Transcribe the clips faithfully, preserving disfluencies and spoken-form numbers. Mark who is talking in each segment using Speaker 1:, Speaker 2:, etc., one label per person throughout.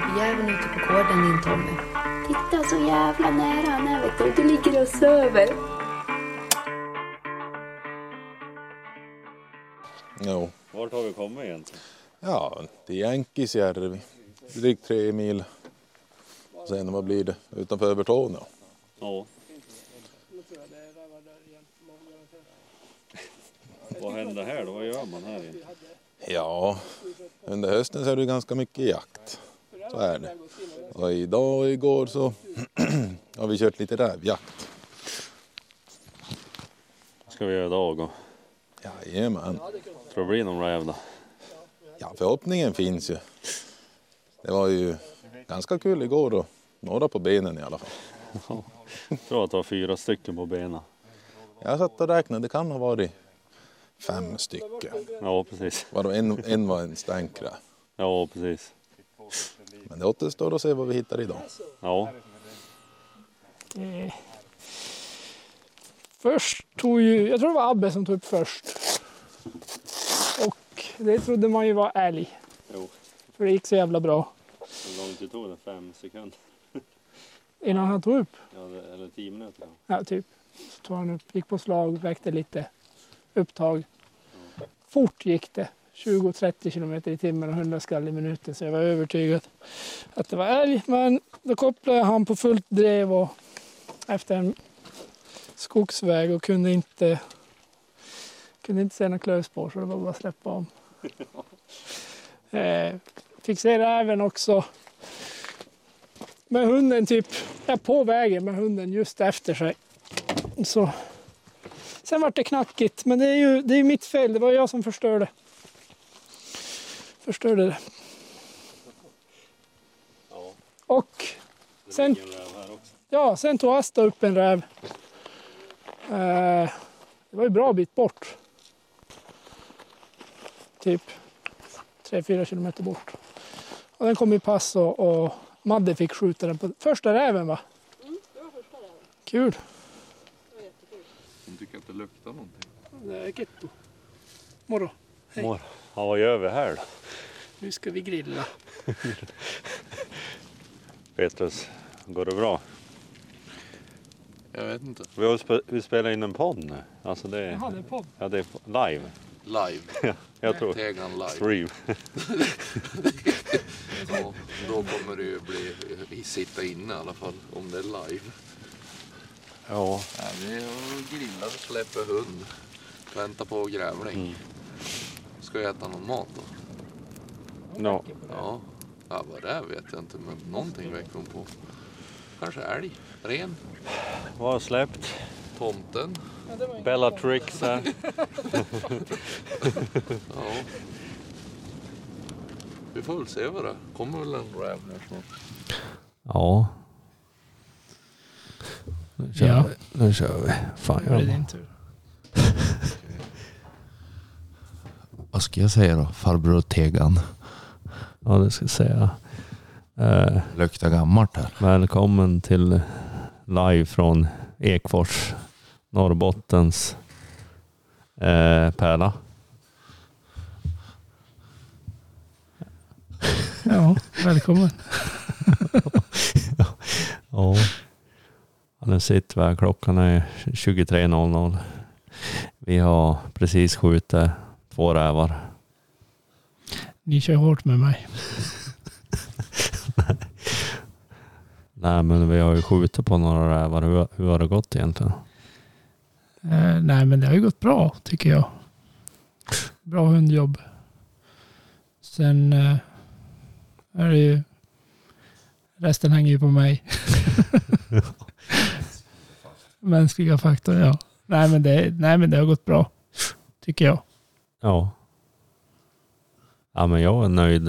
Speaker 1: rävjäveln ute på gården din, Tommy. Titta så jävla nära han är, vet du. Du ligger och söver.
Speaker 2: Jo.
Speaker 3: Vart har vi kommit egentligen?
Speaker 2: Ja, till Jänkisjärvi. Drygt tre mil. Sen vad blir det? Utanför Övertorneå.
Speaker 3: Ja. Vad händer här då? Vad gör man här igen?
Speaker 2: Ja, under hösten så är det ganska mycket jakt. Så är det. Och idag och igår så har vi kört lite rävjakt.
Speaker 3: Ska vi göra idag då?
Speaker 2: Jajamän.
Speaker 3: Tror det blir någon räv då?
Speaker 2: Ja, förhoppningen finns ju. Det var ju ganska kul igår och några på benen i alla fall.
Speaker 3: Jag tror att det var fyra stycken på benen.
Speaker 2: Jag satt och räknade, det kan ha varit fem stycken.
Speaker 3: Ja, precis.
Speaker 2: Var en, en var en stänkräv.
Speaker 3: Ja, precis.
Speaker 2: Men det återstår att se vad vi hittar idag.
Speaker 3: Ja.
Speaker 4: Eh. Först tog ju, jag tror det var Abbe som tog upp först. Och det trodde man ju var älg.
Speaker 3: Jo.
Speaker 4: För det gick så jävla bra.
Speaker 3: Hur långt det tog det? Fem sekunder?
Speaker 4: Innan han tog upp.
Speaker 3: Ja, det, eller tio minuter.
Speaker 4: Ja, typ. Så tog han upp, gick på slag, väckte lite upptag. Fort gick det. tjugo till trettio kilometer i timmen och hundra skall i minuten. Så jag var övertygad att det var älg. Men då kopplade jag han på fullt drev och efter en skogsväg och kunde inte kunde inte se några klövspår, så det var bara att släppa om. eh, fick se räven också med hunden typ ja, på vägen med hunden just efter sig. Så sen var det knackigt, men det är ju det är mitt fel, det var jag som förstörde. Förstörde det.
Speaker 3: Ja.
Speaker 4: Och sen ja, sen tog Asta upp en räv. Eh, det var ju bra bit bort. Typ tre fyra kilometer bort. Och den kom i pass och, och Madde fick skjuta den på första räven, va?
Speaker 5: Mm, det var första räven.
Speaker 4: Kul.
Speaker 5: Det var jättekul.
Speaker 6: Hon tycker att det luktar någonting.
Speaker 4: Det är getto. Morro. Hej.
Speaker 3: Mor. Ja, vad gör vi här då?
Speaker 4: Nu ska vi grilla.
Speaker 3: Petrus, går det bra?
Speaker 6: Jag vet inte.
Speaker 3: Vi, har spe, vi spelar in en podd nu. Alltså det är,
Speaker 4: Jaha, det är podd.
Speaker 3: ja, det är live.
Speaker 6: Live.
Speaker 3: Ja, jag tror.
Speaker 6: Tegan live.
Speaker 3: Stream.
Speaker 6: Ja, då kommer det ju bli vi sitta inne i alla fall om det är live.
Speaker 3: Ja.
Speaker 6: Ja, vi grillar och släpper hund. Väntar på grävling.
Speaker 3: Mm.
Speaker 6: Ska jag äta någon mat då?
Speaker 3: No.
Speaker 6: Ja. Ja, vad det är vet jag inte, men någonting väcker hon på. Kanske älg, ren,
Speaker 3: Vad har släppt?
Speaker 6: tomten.
Speaker 3: Bellatrix här.
Speaker 6: Ja. Vi får väl se vad det är. Kommer väl en räv här snart.
Speaker 3: Ja. Nu kör
Speaker 4: Ja.
Speaker 3: vi. Nu kör vi. Fan,
Speaker 4: Nu är det
Speaker 3: jag
Speaker 4: din tur.
Speaker 6: Vad ska jag säga då? Farbror Tegan.
Speaker 3: Ja, det ska jag säga. Eh,
Speaker 6: Luktar gammalt här.
Speaker 3: välkommen till live från Ekfors, Norrbottens eh, pärla.
Speaker 4: Ja, välkommen.
Speaker 3: Ja. Nu sitter vi här. Klockan är tjugotre noll noll. Vi har precis skjutit två rävar.
Speaker 4: Ni kör hårt med mig.
Speaker 3: Nej, men vi har ju skjutit på några rävar. Hur, hur har det gått egentligen?
Speaker 4: Eh, nej, men det har ju gått bra, tycker jag. Bra hundjobb. Sen eh, är det ju resten hänger ju på mig. Mänskliga faktorn, ja. Nej men, det, nej, men det har gått bra, tycker jag.
Speaker 3: Ja. Ja, men jag är nöjd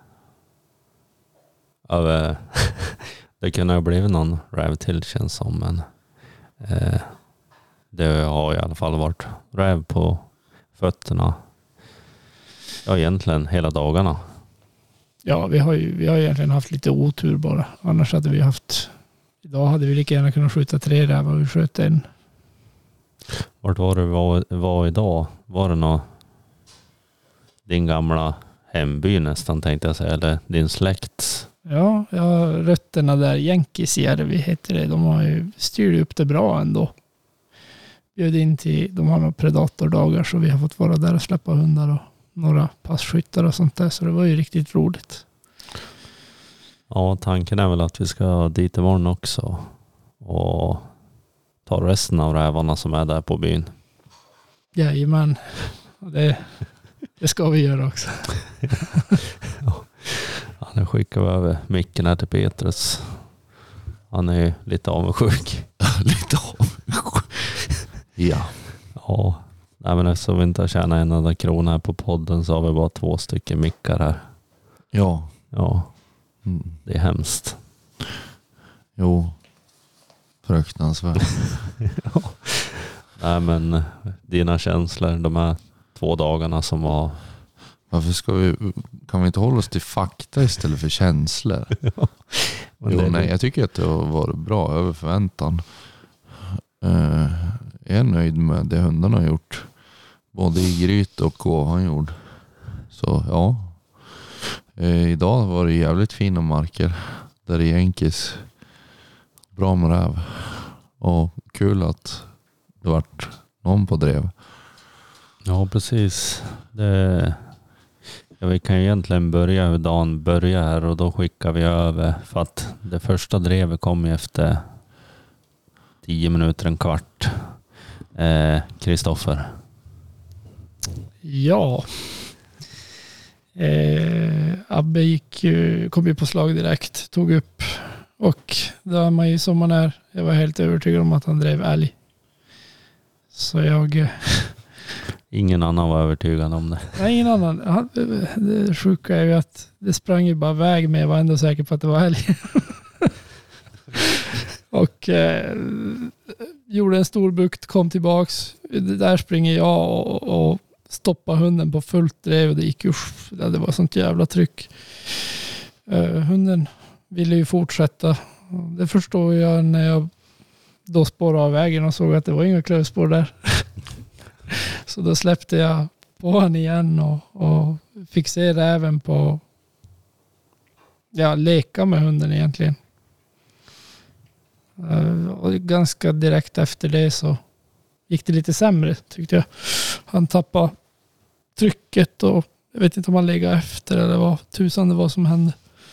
Speaker 3: över det kunde ha blivit någon räv till, känns som, men eh, det har i alla fall varit räv på fötterna. Ja, egentligen hela dagarna.
Speaker 4: Ja, vi har ju vi har egentligen haft lite otur bara. Annars hade vi haft, idag hade vi lika gärna kunnat skjuta tre rävar och vi sköt en.
Speaker 3: Vart var det var, var idag? Var det nå din gamla hemby nästan, tänkte jag säga, eller din släkt
Speaker 4: Ja, ja, rötterna där, Jänkisjärvi heter det. De har ju styrt upp det bra ändå. Bjöd in till, de har några predatordagar så vi har fått vara där och släppa hundar och några passkyttar och sånt där. Så det var ju riktigt roligt.
Speaker 3: Ja, tanken är väl att vi ska dit imorgon också och ta resten av rävarna som är där på byn.
Speaker 4: Jajamän, det, det ska vi göra också.
Speaker 3: Ja, nu skickar vi över micken här till Petrus. Han är ju lite avundsjuk.
Speaker 6: Lite avundsjuk. Ja.
Speaker 3: Ja, nej, men eftersom vi inte har tjänat en enda krona här på podden så har vi bara två stycken mickar här.
Speaker 6: Ja.
Speaker 3: Ja,
Speaker 6: Mm.
Speaker 3: det är hemskt.
Speaker 6: Jo. Fruktansvärt.
Speaker 3: Ja. Nej, men dina känslor de här två dagarna som var...
Speaker 6: Varför ska vi... Kan vi inte hålla oss till fakta istället för känslor?
Speaker 3: Ja. Men
Speaker 6: Jo,
Speaker 3: det-
Speaker 6: nej, jag tycker att det har varit bra över förväntan. Uh, jag är nöjd med det hundarna har gjort. Både i Gryt och Gåvanjord. Så ja. Uh, idag var det jävligt fina marker. Där i Jänkis. Bra med räv. Och kul att det vart någon på drev.
Speaker 3: Ja, precis. Det... Ja, vi kan ju egentligen börja hur dagen börjar här och då skickar vi över för att det första drevet kom ju efter tio minuter, en kvart. Kristoffer.
Speaker 4: Eh, ja. Eh, Abbe gick ju, kom ju på slag direkt, tog upp och då är man ju som man är. Jag var helt övertygad om att han drev älg. Så jag... eh,
Speaker 3: Ingen annan var övertygad om det.
Speaker 4: Nej, ingen annan. Han, det sjuka är ju att det sprang ju bara väg med. Jag var ändå säker på att det var älg. och eh, gjorde en stor bukt, kom tillbaks. Där springer jag och, och stoppar hunden på fullt drev. Och det gick ju, det var sånt jävla tryck. Uh, hunden ville ju fortsätta. Det förstår jag när jag då spårade av vägen och såg att det var inga klövspår där. Så då släppte jag på honom igen och, och fick se räven på, ja, leka med hunden egentligen. Uh, och ganska direkt efter det så gick det lite sämre tyckte jag. Han tappade trycket och jag vet inte om han lägger efter eller vad tusan det var som hände.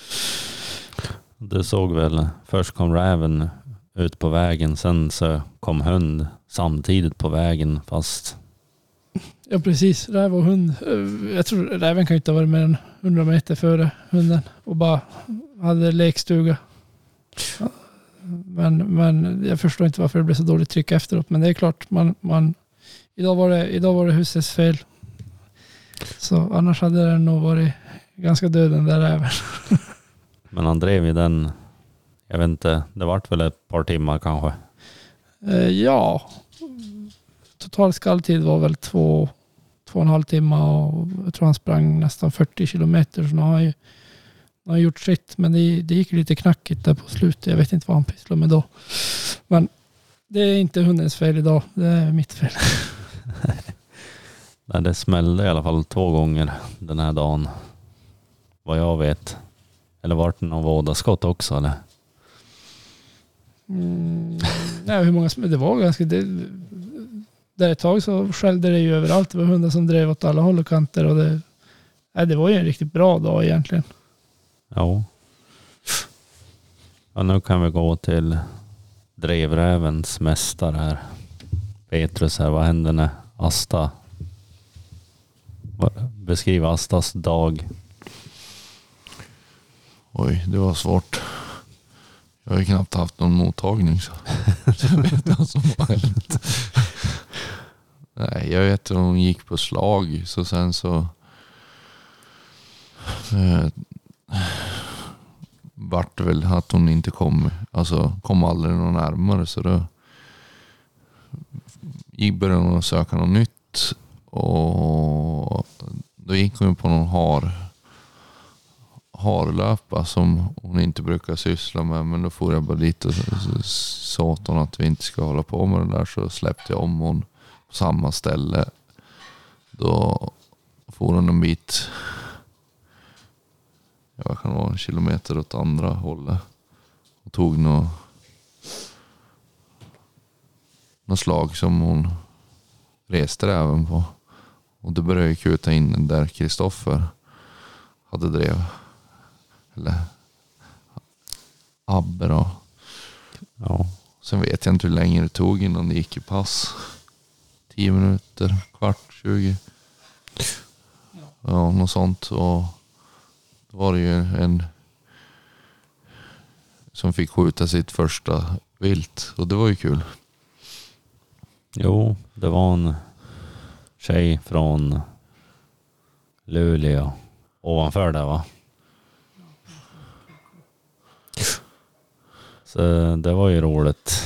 Speaker 3: Du såg väl, först kom räven ut på vägen, sen så kom hund samtidigt på vägen fast...
Speaker 4: Ja, precis. Räv och hund. Jag tror räven kan ju inte ha varit mer än hundra meter före hunden och bara hade lekstuga. Men, men jag förstår inte varför det blev så dåligt tryck efteråt. Men det är klart, man, man, idag, var det, idag var det husets fel. Så annars hade den nog varit ganska död den där räven.
Speaker 3: Men han drev ju den, jag vet inte, det vart väl ett par timmar kanske.
Speaker 4: Eh, ja, total skalltid var väl två, två och en halv timme och jag tror han sprang nästan fyrtio kilometer. Så nu har han ju han har gjort sitt, men det, det gick lite knackigt där på slutet. Jag vet inte vad han pysslade med då. Men det är inte hundens fel idag, det är mitt fel.
Speaker 3: Nej, det smällde i alla fall två gånger den här dagen. Vad jag vet. Eller vart det någon vådaskott också eller?
Speaker 4: Mm, nej, hur många smäll? Det var ganska... Det, där ett tag så skällde det ju överallt. Det var hundar som drev åt alla håll och kanter. Och det, nej, det var ju en riktigt bra dag egentligen.
Speaker 3: Ja. Ja, nu kan vi gå till drevrävens mästare här. Petrus här, vad hände när Asta... Beskriv Astas dag.
Speaker 6: Oj, det var svårt. Jag har ju knappt haft någon mottagning så jag vet vad som har hänt. Nej, jag vet att hon gick på slag så sen så eh, vart det väl att hon inte kom, alltså kom aldrig någon närmare så då gick började hon söka något nytt och då gick hon på någon har harlöpa som hon inte brukar syssla med, men då får jag bara dit och sa åt hon att vi inte ska hålla på med det där, så släppte jag om hon på samma ställe. Då får hon en bit, jag kan vara en kilometer åt andra hållet. Och tog något, något slag som hon reste även på. Och det började kuta in där Kristoffer hade drev. Eller Abbe då.
Speaker 3: Ja.
Speaker 6: Sen vet jag inte hur länge det tog innan det gick i pass. Tio minuter, kvart, tjugo. Ja, något sånt. Och då var det ju en som fick skjuta sitt första vilt. Och det var ju kul.
Speaker 3: Jo, det var en tjej från Luleå ovanför där, va? Så det var ju roligt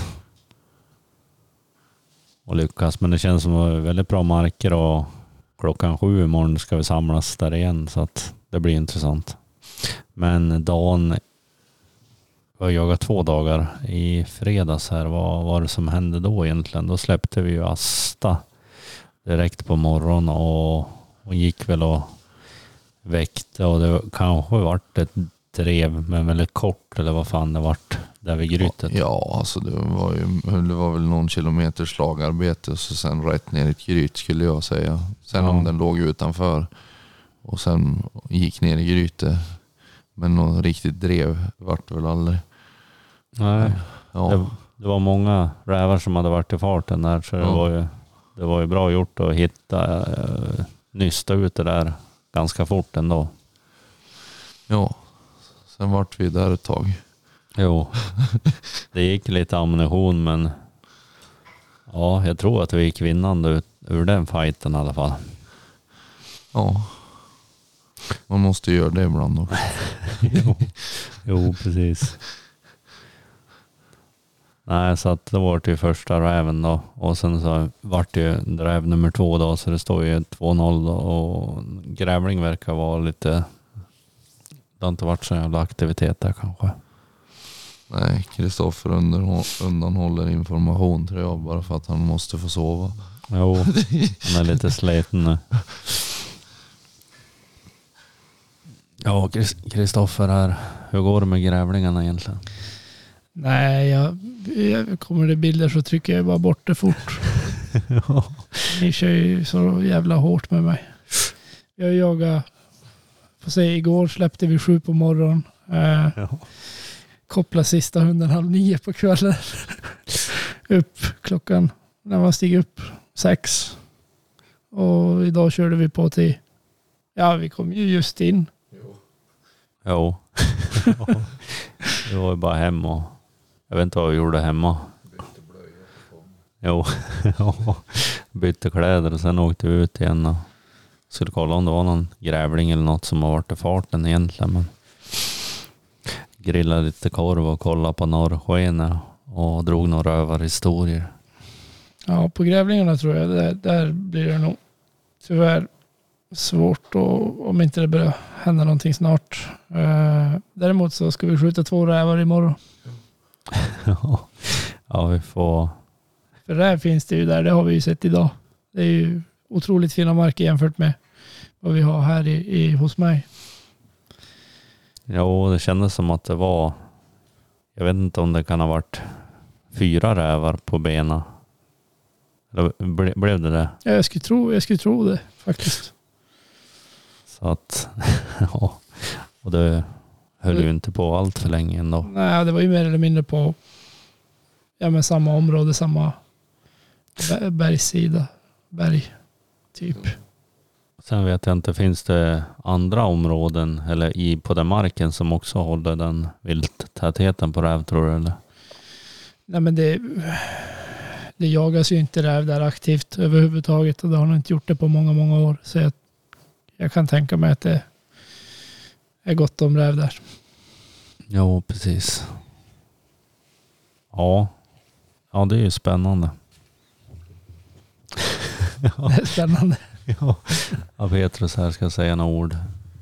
Speaker 3: att lyckas. Men det känns som att det var väldigt bra marker och klockan sju imorgon ska vi samlas där igen, så att det blir intressant. Men dagen, vi har jagat två dagar i fredags här. Vad var det som hände då egentligen? Då släppte vi ju Asta direkt på morgonen och, och gick väl och väckte, och det kanske vart ett drev men väldigt kort, eller vad fan det vart där vid grytet.
Speaker 6: Ja, alltså det var ju det var väl någon kilometers slagarbete och så sen rätt ner i ett gryt skulle jag säga. Sen
Speaker 3: Ja.
Speaker 6: om den låg utanför och sen gick ner i grytet. Men någon riktigt drev vart väl aldrig.
Speaker 3: Nej,
Speaker 6: Ja.
Speaker 3: det, det var många rävar som hade varit i farten där, så det,
Speaker 6: Ja.
Speaker 3: var, ju, det var ju bra gjort att hitta, uh, nysta ut det där ganska fort ändå.
Speaker 6: Ja. Sen vart vi där ett tag.
Speaker 3: Jo, det gick lite ammunition, men ja, jag tror att vi gick vinnande ut, ur den fighten i alla fall.
Speaker 6: Ja. Man måste göra det ibland också.
Speaker 3: jo. jo, precis. Nej, så att det var det ju första räven då. Och sen så vart det ju räv nummer två då, så det står ju två noll då. Och grävling verkar vara lite... Det har inte varit så jävla aktivitet där kanske.
Speaker 6: Nej, Kristoffer undanhåller information tror jag, bara för att han måste få sova.
Speaker 3: Jo, han är lite sliten nu. Ja, Kristoffer här. Hur går det med grävlingarna egentligen?
Speaker 4: Nej, jag, jag kommer det bilder så trycker jag bara bort det fort.
Speaker 3: ja.
Speaker 4: Ni kör ju så jävla hårt med mig. Jag jagar, får säga, igår släppte vi sju på morgonen. Eh,
Speaker 3: ja.
Speaker 4: Koppla sista hunden halv nio på kvällen. upp klockan, när man stiger upp, sex. Och idag körde vi på till, ja vi kom ju just in.
Speaker 3: Jo. Det var ju bara hem och jag vet inte vad vi gjorde hemma.
Speaker 6: Bytte blöjor.
Speaker 3: Jo. ja. Bytte kläder och sen åkte vi ut igen och skulle kolla om det var någon grävling eller något som har varit i farten egentligen. Men grillade lite korv och kollade på norrskenet och drog några rövarhistorier.
Speaker 4: Ja, på grävlingarna tror jag, där, där blir det nog tyvärr svårt, och om inte det börjar hända någonting snart. Uh, däremot så ska vi skjuta två rävar imorgon.
Speaker 3: ja, vi får...
Speaker 4: För räv finns det ju där, det har vi ju sett idag. Det är ju otroligt fina marker jämfört med vad vi har här i, i hos mig.
Speaker 3: Jo, det kändes som att det var... Jag vet inte om det kan ha varit fyra rävar på benen. Eller ble, blev det det?
Speaker 4: Ja, jag skulle tro, jag skulle tro det faktiskt.
Speaker 3: Så att... ja. Och det höll ju inte på allt för länge ändå.
Speaker 4: Nej, det var ju mer eller mindre på ja, men samma område, samma bergssida. Berg, typ.
Speaker 3: Sen vet jag inte, finns det andra områden eller i på den marken som också håller den vilttätheten på räv, tror du? Eller?
Speaker 4: Nej, men det, det jagas ju inte räv där aktivt överhuvudtaget, och det har nog inte gjort det på många, många år. Så jag, jag kan tänka mig att det är gott om räv där.
Speaker 3: Jo, precis. Ja. Ja, det är ju spännande.
Speaker 4: Ja. Det är spännande.
Speaker 3: Ja. Ja, Petrus här ska säga några ord.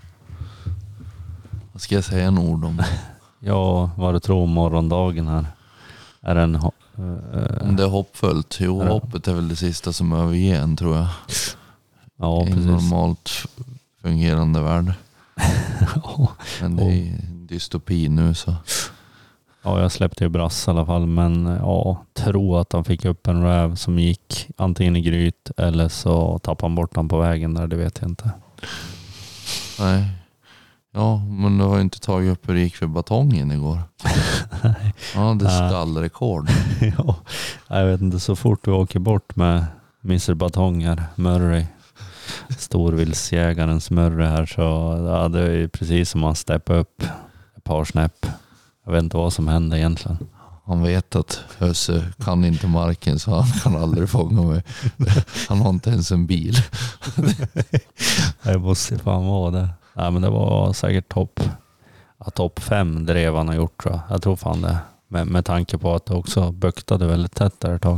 Speaker 6: Vad ska jag säga en ord om?
Speaker 3: Ja, vad du tror om morgondagen här. Är den... Uh,
Speaker 6: Om det är hoppfullt. Jo,
Speaker 3: är det...
Speaker 6: hoppet är väl det sista som överger en, tror jag.
Speaker 3: Ja,
Speaker 6: I en
Speaker 3: precis.
Speaker 6: normalt fungerande värld. Men det är dystopi nu så.
Speaker 3: Ja, jag släppte ju brass i alla fall, men ja, tro att han fick upp en räv som gick antingen i gryt eller så tappade han bort han på vägen där, det vet jag inte.
Speaker 6: Nej. Ja, men du har ju inte tagit upp hur det gick för batongen igår.
Speaker 3: Nej.
Speaker 6: Ja, det är stallrekord.
Speaker 3: Ja, jag vet inte, så fort du åker bort med mister Batonger, Murray, storvildsjägarens Murray här, så ja, det är ju precis som man steppar upp ett par snäpp. Jag vet inte vad som händer egentligen.
Speaker 6: Han vet att Hösse kan inte marken så han kan aldrig fånga mig. Han har inte ens en bil.
Speaker 3: Det måste fan vara det. Nej, men det var säkert topp ja, topp fem drev han har gjort, tror jag. Jag tror fan det. Med, med tanke på att det också buktade väldigt tätt där ett tag.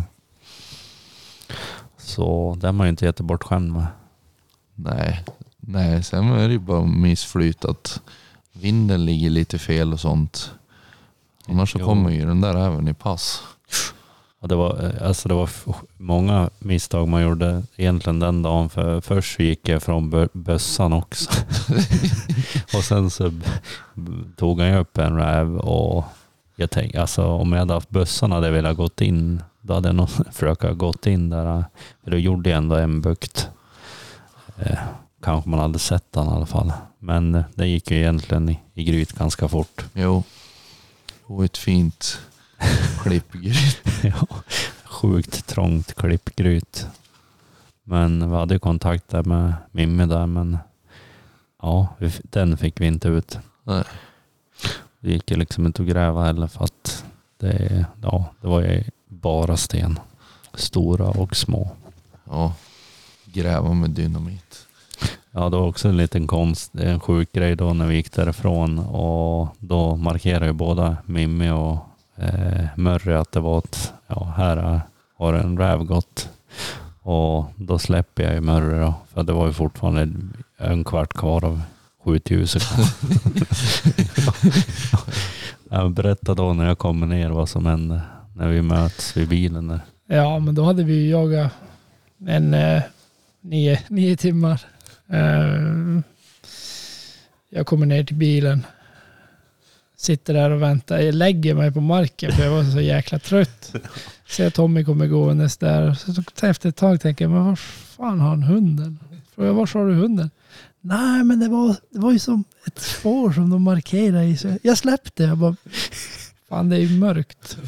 Speaker 3: Så det är man ju inte jättebortskämd med.
Speaker 6: Nej, nej, sen är det ju bara missflyt att vinden ligger lite fel och sånt. Annars så
Speaker 3: Jo.
Speaker 6: kommer ju den där även i pass.
Speaker 3: Och det var, alltså det var många misstag man gjorde egentligen den dagen. För först gick jag från bö- bössan också. Och sen så b- tog han ju upp en räv. Och jag tänkte, alltså om jag hade haft bössan hade jag velat gått in. Då hade jag nog försökt gått in där. För då gjorde jag ändå en bukt. Eh, kanske man hade sett den i alla fall. Men det gick ju egentligen i, i gryt ganska fort.
Speaker 6: Jo, och ett fint klippgryt.
Speaker 3: Ja, sjukt trångt klippgryt. Men vi hade kontakt där med Mimmi där, men ja, vi, den fick vi inte ut.
Speaker 6: Nej.
Speaker 3: Det gick ju liksom inte att gräva heller för att det, ja, det var ju bara sten. Stora och små.
Speaker 6: Ja, gräva med dynamit.
Speaker 3: Ja, det var också en liten konst, en sjuk grej då när vi gick därifrån, och då markerade ju båda Mimmi och eh, Murray att det var ett, ja, här har en räv gått. Och då släpper jag ju Murray då, för det var ju fortfarande en kvart kvar av sjuthuset. Jag berättade då när jag kommer ner vad som hände när vi möts vid bilen där.
Speaker 4: Ja, men då hade vi ju jagat en eh, nio, nio timmar. Eh, jag kommer ner till bilen. Sitter där och väntar. Jag lägger mig på marken för jag var så jäkla trött. Så Tommy kommer gåendes där. Så efter ett tag tänker jag, men var fan har han hunden? Frågar, var har du hunden? Nej, men det var, det var ju som ett spår som de markerade i. Så jag släppte. Jag bara, fan det är ju mörkt.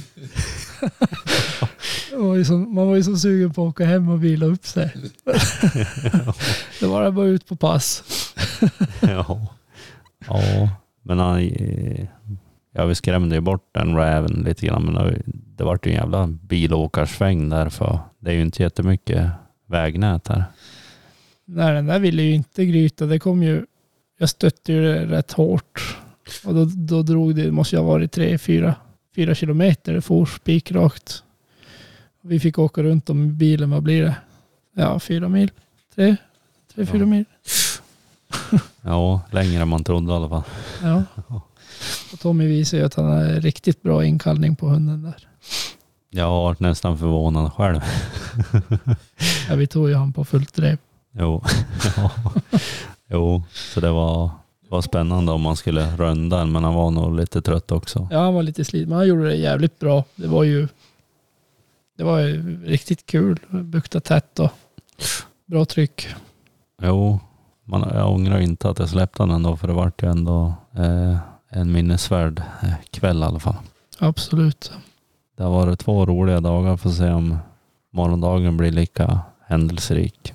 Speaker 4: Det var ju som, man var ju så sugen på att åka hem och vila upp sig. Det var det bara ut på pass.
Speaker 3: Ja. Ja, men han, ja, vi skrämde ju bort den räven lite grann, men det var ju en jävla bilåkarsväng där, för det är ju inte jättemycket vägnät här.
Speaker 4: Nej, den där ville ju inte gryta. Det kom ju, jag stötte ju det rätt hårt. Och då, då drog det, det måste ju ha varit tre, fyra, fyra kilometer. Det for spikrakt. Vi fick åka runt om bilen, vad blir det? Ja, fyra mil. Tre, tre, fyra
Speaker 3: Ja.
Speaker 4: mil.
Speaker 3: Ja, längre än man trodde i alla fall.
Speaker 4: Ja. Och Tommy visar ju att han har riktigt bra inkallning på hunden där.
Speaker 3: Jag har varit nästan förvånad själv.
Speaker 4: Ja, vi tog ju han på fullt drev.
Speaker 3: Jo, ja. Jo, så det var, var spännande om man skulle runda, men han var nog lite trött också.
Speaker 4: Ja, han var lite slit, men han gjorde det jävligt bra. Det var ju det var ju riktigt kul. Bukta tätt och bra tryck.
Speaker 3: Jo, man, jag ångrar inte att jag släppte den ändå, för det var ju ändå eh, en minnesvärd eh, kväll i alla fall.
Speaker 4: Absolut.
Speaker 3: Det har varit två roliga dagar, för att se om morgondagen blir lika händelserik.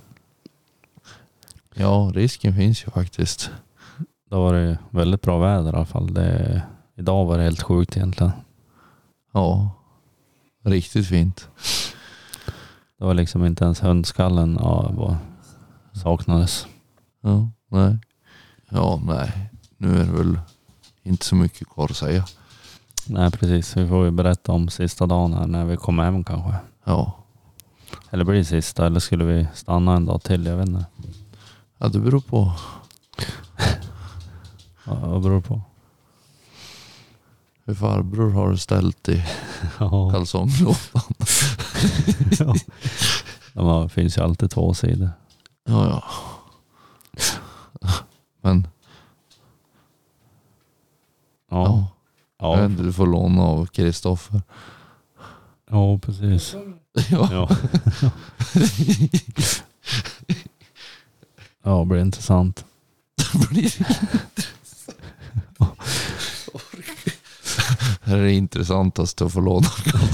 Speaker 6: Ja, risken finns ju faktiskt.
Speaker 3: Det var det väldigt bra väder i alla fall. Det, idag var det helt sjukt egentligen.
Speaker 6: Ja, riktigt fint.
Speaker 3: Det var liksom inte ens hundskallen av saknades.
Speaker 6: Ja, nej. Ja, nej. Nu är det väl inte så mycket kvar att säga.
Speaker 3: Nej, precis. Vi får ju berätta om sista dagen här när vi kommer hem kanske.
Speaker 6: Ja.
Speaker 3: Eller blir det sista, eller skulle vi stanna en dag till? Jag vet inte.
Speaker 6: Ja, det beror på.
Speaker 3: Ja, vad beror det på?
Speaker 6: Hur farbror har du ställt i
Speaker 3: Ja.
Speaker 6: kalsonglådan.
Speaker 3: Ja. Det finns ju alltid två sidor.
Speaker 6: Ja, ja. Men
Speaker 3: Ja.
Speaker 6: Ja.
Speaker 3: Ja,
Speaker 6: Du får låna av Kristoffer.
Speaker 3: ja precis.
Speaker 6: Ja.
Speaker 3: Ja. Ja, det blir intressant.
Speaker 6: Det här är det intressantaste att få låna.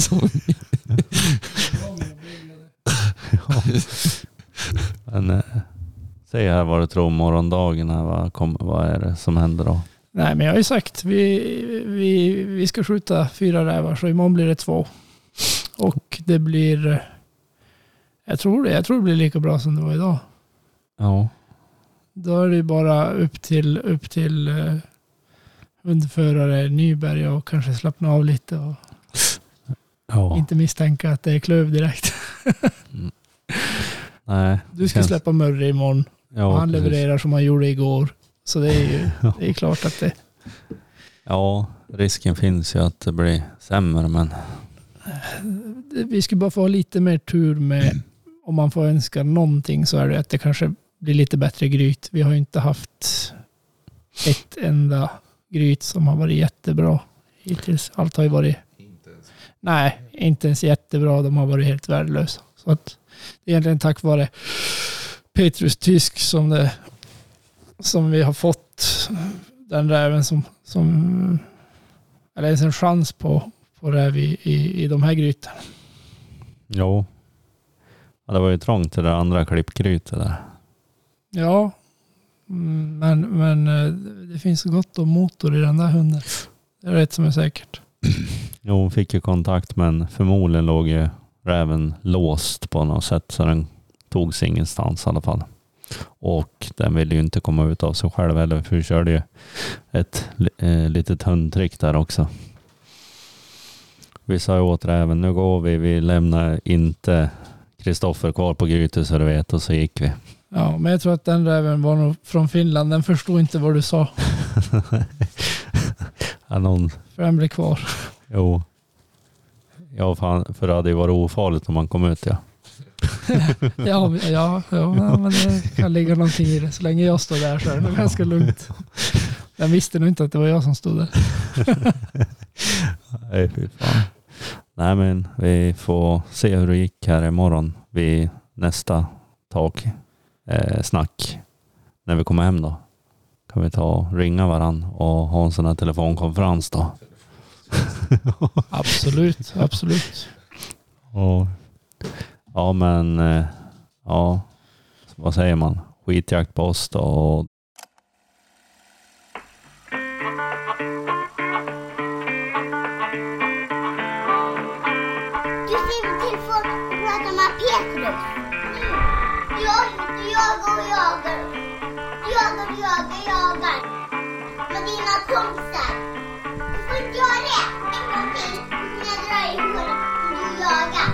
Speaker 3: Ja. Men eh, säg här vad du tror om morgondagen här. Vad, kom, vad är det som händer då?
Speaker 4: Nej, men jag har ju sagt vi, vi, vi ska skjuta fyra rävar, så imorgon blir det två. Och det blir, jag tror det, jag tror det blir lika bra som det var idag.
Speaker 3: Ja.
Speaker 4: Då är det bara upp till, upp till uh, hundförare Nyberg och kanske slappna av lite och
Speaker 3: Ja.
Speaker 4: inte misstänka att det är klöv direkt.
Speaker 3: Mm. Nej.
Speaker 4: Du ska släppa Murray imorgon.
Speaker 3: Ja,
Speaker 4: och han
Speaker 3: precis.
Speaker 4: levererar som han gjorde igår. Så det är ju det är klart att det...
Speaker 3: Ja, risken finns ju att det blir sämre, men...
Speaker 4: Vi ska bara få ha lite mer tur med, om man får önska någonting, så är det att det kanske blir lite bättre gryt. Vi har ju inte haft ett enda gryt som har varit jättebra hittills. Allt har ju varit... Nej, inte ens jättebra. De har varit helt värdelösa. Så att det är egentligen tack vare Petrus Tysk som det som vi har fått den räven som, som eller ens en chans på, på räv i, i, i de här gryten.
Speaker 3: Jo. Ja, det var ju trångt till det andra klippgrytet där.
Speaker 4: Ja, men, men det finns gott om motor i den där hunden. Det är rätt som är säkert.
Speaker 3: Jo, hon fick ju kontakt, men förmodligen låg ju räven låst på något sätt, så den tog sig ingenstans i alla fall. Och den ville ju inte komma ut av sig själv heller, för vi körde ju ett eh, litet hundtrick där också. Vi sa ju åt räven, nu går vi, vi lämnar inte Kristoffer kvar på grytet så du vet, och så gick vi.
Speaker 4: Ja, men jag tror att den räven var nog från Finland. Den förstod inte vad du sa.
Speaker 3: Ja, någon...
Speaker 4: För den blev kvar.
Speaker 3: Jo. Ja, fan, för det hade ju varit ofarligt om man kom ut, ja.
Speaker 4: ja, ja, ja, men det kan ligga någonting i det. Så länge jag står där så är det nog ganska lugnt. Jag visste nog inte att det var jag som stod där.
Speaker 3: Nej, fy fan. Nej, men vi får se hur det gick här imorgon vid nästa tag eh, snack. När vi kommer hem då. Kan vi ta och ringa varann och ha en sån här telefonkonferens då.
Speaker 4: Absolut, absolut.
Speaker 3: Och, ja, men eh, ja, vad säger man? Skitjakt på oss då. Och
Speaker 7: Du skriver till folk och pratar med Petrus. Jag jagar och jagar. Jagar och jagar, jagar. Med dina kompisar. Du får inte göra det en gång till. När jag drar i håret om du jagar.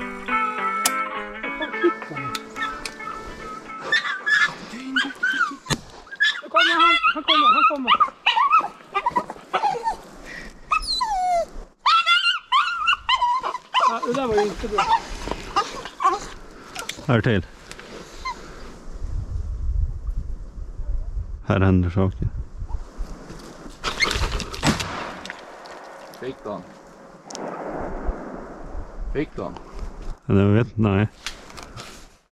Speaker 4: Nu kommer han, han kommer, han kommer. Ja, det där var ju inte bra.
Speaker 3: här till. Här händer saker.
Speaker 6: Fick den. Fick den.
Speaker 3: Jag vet, nej.